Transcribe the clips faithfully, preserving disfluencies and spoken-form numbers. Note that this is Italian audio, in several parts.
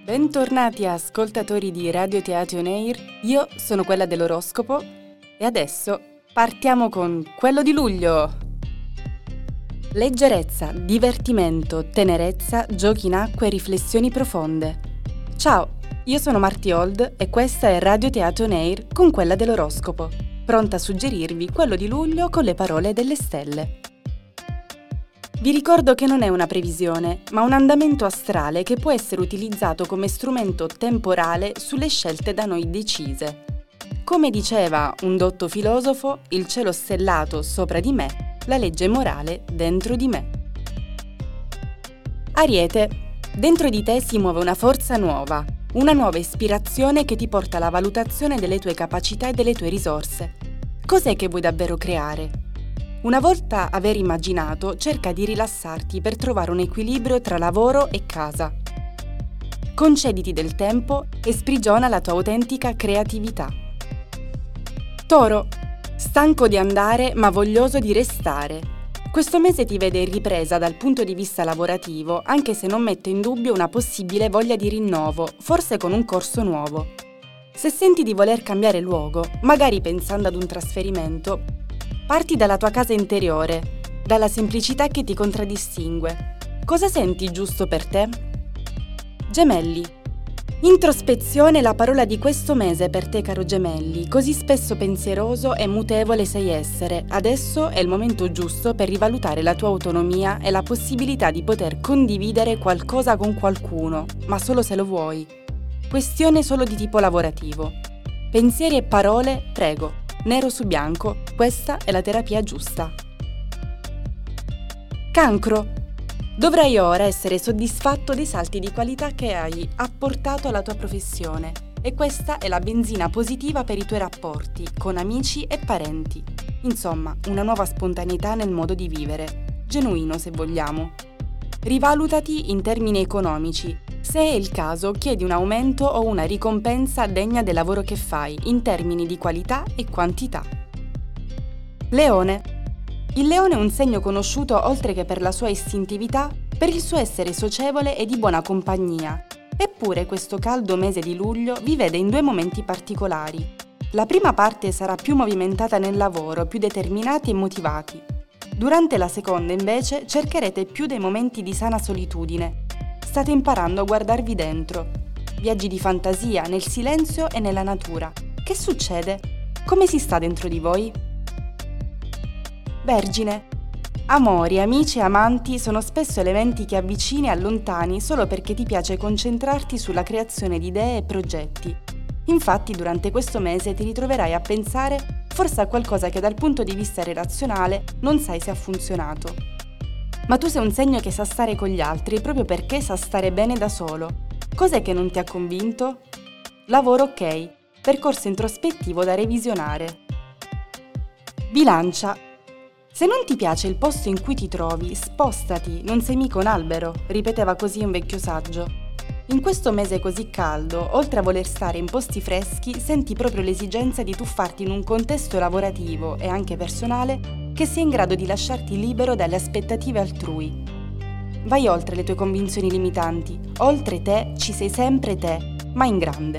Bentornati ascoltatori di Radio Teatro On Air, io sono quella dell'oroscopo e adesso partiamo con quello di luglio. Leggerezza, divertimento, tenerezza, giochi in acqua e riflessioni profonde. Ciao, io sono Marti Old e questa è Radio Teatro On Air con quella dell'oroscopo, pronta a suggerirvi quello di luglio con le parole delle stelle. Vi ricordo che non è una previsione, ma un andamento astrale che può essere utilizzato come strumento temporale sulle scelte da noi decise. Come diceva un dotto filosofo, il cielo stellato sopra di me, la legge morale dentro di me. Ariete, dentro di te si muove una forza nuova, una nuova ispirazione che ti porta alla valutazione delle tue capacità e delle tue risorse. Cos'è che vuoi davvero creare? Una volta aver immaginato, cerca di rilassarti per trovare un equilibrio tra lavoro e casa. Concediti del tempo e sprigiona la tua autentica creatività. Toro, stanco di andare ma voglioso di restare. Questo mese ti vede in ripresa dal punto di vista lavorativo, anche se non mette in dubbio una possibile voglia di rinnovo, forse con un corso nuovo. Se senti di voler cambiare luogo, magari pensando ad un trasferimento, parti dalla tua casa interiore, dalla semplicità che ti contraddistingue. Cosa senti giusto per te? Gemelli. Introspezione è la parola di questo mese per te, caro Gemelli. Così spesso pensieroso e mutevole sei essere. Adesso è il momento giusto per rivalutare la tua autonomia e la possibilità di poter condividere qualcosa con qualcuno, ma solo se lo vuoi. Questione solo di tipo lavorativo. Pensieri e parole, prego. Nero su bianco, questa è la terapia giusta. Cancro. Dovrai ora essere soddisfatto dei salti di qualità che hai apportato alla tua professione e questa è la benzina positiva per i tuoi rapporti con amici e parenti. Insomma, una nuova spontaneità nel modo di vivere, genuino se vogliamo. Rivalutati in termini economici. Se è il caso, chiedi un aumento o una ricompensa degna del lavoro che fai, in termini di qualità e quantità. Leone. Il leone è un segno conosciuto oltre che per la sua istintività, per il suo essere socievole e di buona compagnia. Eppure questo caldo mese di luglio vi vede in due momenti particolari. La prima parte sarà più movimentata nel lavoro, più determinati e motivati. Durante la seconda, invece, cercherete più dei momenti di sana solitudine. State imparando a guardarvi dentro. Viaggi di fantasia nel silenzio e nella natura. Che succede? Come si sta dentro di voi? Vergine. Amori, amici e amanti sono spesso elementi che avvicini e allontani solo perché ti piace concentrarti sulla creazione di idee e progetti. Infatti, durante questo mese ti ritroverai a pensare forse a qualcosa che dal punto di vista relazionale non sai se ha funzionato. Ma tu sei un segno che sa stare con gli altri proprio perché sa stare bene da solo. Cos'è che non ti ha convinto? Lavoro ok, percorso introspettivo da revisionare. Bilancia. Se non ti piace il posto in cui ti trovi, spostati, non sei mica un albero, ripeteva così un vecchio saggio. In questo mese così caldo, oltre a voler stare in posti freschi, senti proprio l'esigenza di tuffarti in un contesto lavorativo e anche personale che sia in grado di lasciarti libero dalle aspettative altrui. Vai oltre le tue convinzioni limitanti, oltre te ci sei sempre te, ma in grande.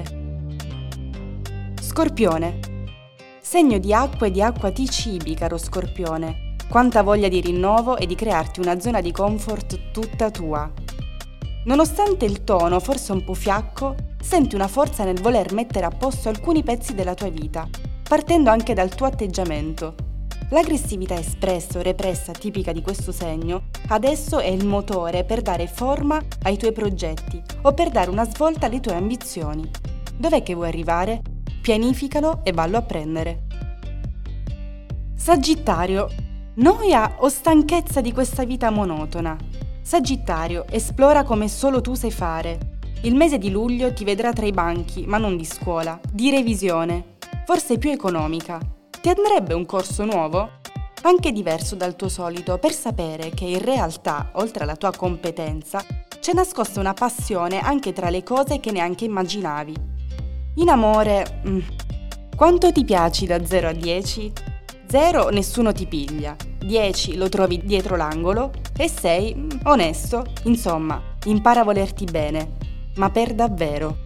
Scorpione. Segno di acqua e di acqua ti cibi, caro Scorpione. Quanta voglia di rinnovo e di crearti una zona di comfort tutta tua. Nonostante il tono forse un po' fiacco, senti una forza nel voler mettere a posto alcuni pezzi della tua vita, partendo anche dal tuo atteggiamento. L'aggressività espressa o repressa tipica di questo segno adesso è il motore per dare forma ai tuoi progetti o per dare una svolta alle tue ambizioni. Dov'è che vuoi arrivare? Pianificalo e vallo a prendere. Sagittario. Noia o stanchezza di questa vita monotona? Sagittario, esplora come solo tu sai fare. Il mese di luglio ti vedrà tra i banchi, ma non di scuola, di revisione, forse più economica. Ti andrebbe un corso nuovo? Anche diverso dal tuo solito, per sapere che in realtà, oltre alla tua competenza, c'è nascosta una passione anche tra le cose che neanche immaginavi. In amore, mm, quanto ti piaci da zero a dieci? zero nessuno ti piglia, dieci lo trovi dietro l'angolo e sei mm, onesto, insomma, impara a volerti bene. ma per davvero.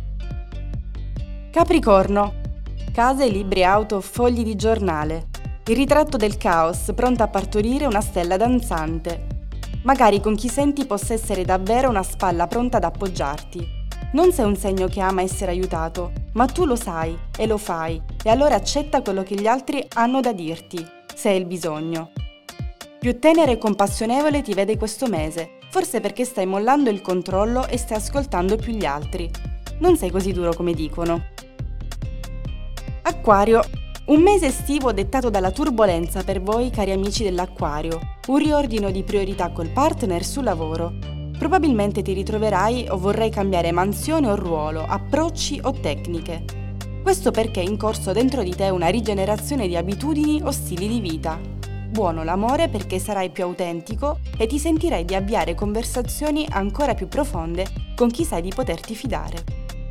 Capricorno. Case, libri, auto, fogli di giornale. Il ritratto del caos, pronta a partorire una stella danzante. Magari con chi senti possa essere davvero una spalla pronta ad appoggiarti. Non sei un segno che ama essere aiutato, ma tu lo sai e lo fai, e allora accetta quello che gli altri hanno da dirti, se hai il bisogno. Più tenera e compassionevole ti vede questo mese, forse perché stai mollando il controllo e stai ascoltando più gli altri. Non sei così duro come dicono. Acquario. Un mese estivo dettato dalla turbolenza per voi, cari amici dell'Acquario. Un riordino di priorità col partner sul lavoro. Probabilmente ti ritroverai o vorrai cambiare mansione o ruolo, approcci o tecniche. Questo perché è in corso dentro di te una rigenerazione di abitudini o stili di vita. Buono l'amore perché sarai più autentico e ti sentirai di avviare conversazioni ancora più profonde con chi sai di poterti fidare.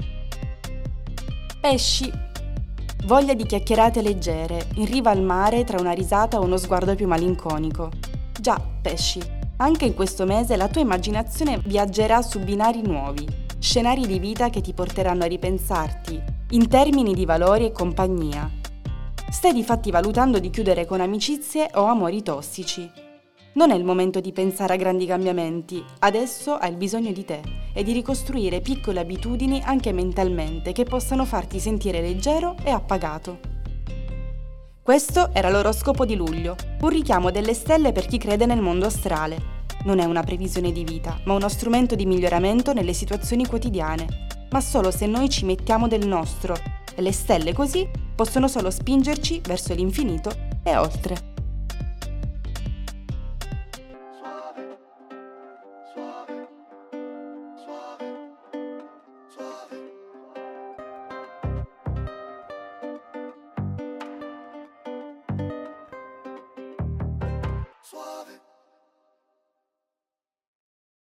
Pesci. Voglia di chiacchierate leggere, in riva al mare tra una risata o uno sguardo più malinconico. Già, pesci. Anche in questo mese la tua immaginazione viaggerà su binari nuovi, scenari di vita che ti porteranno a ripensarti in termini di valori e compagnia. Stai difatti valutando di chiudere con amicizie o amori tossici. Non è il momento di pensare a grandi cambiamenti, adesso hai il bisogno di te e di ricostruire piccole abitudini anche mentalmente che possano farti sentire leggero e appagato. Questo era l'oroscopo di luglio, un richiamo delle stelle per chi crede nel mondo astrale. Non è una previsione di vita, ma uno strumento di miglioramento nelle situazioni quotidiane. Ma solo se noi ci mettiamo del nostro, e le stelle così possono solo spingerci verso l'infinito e oltre. Suave.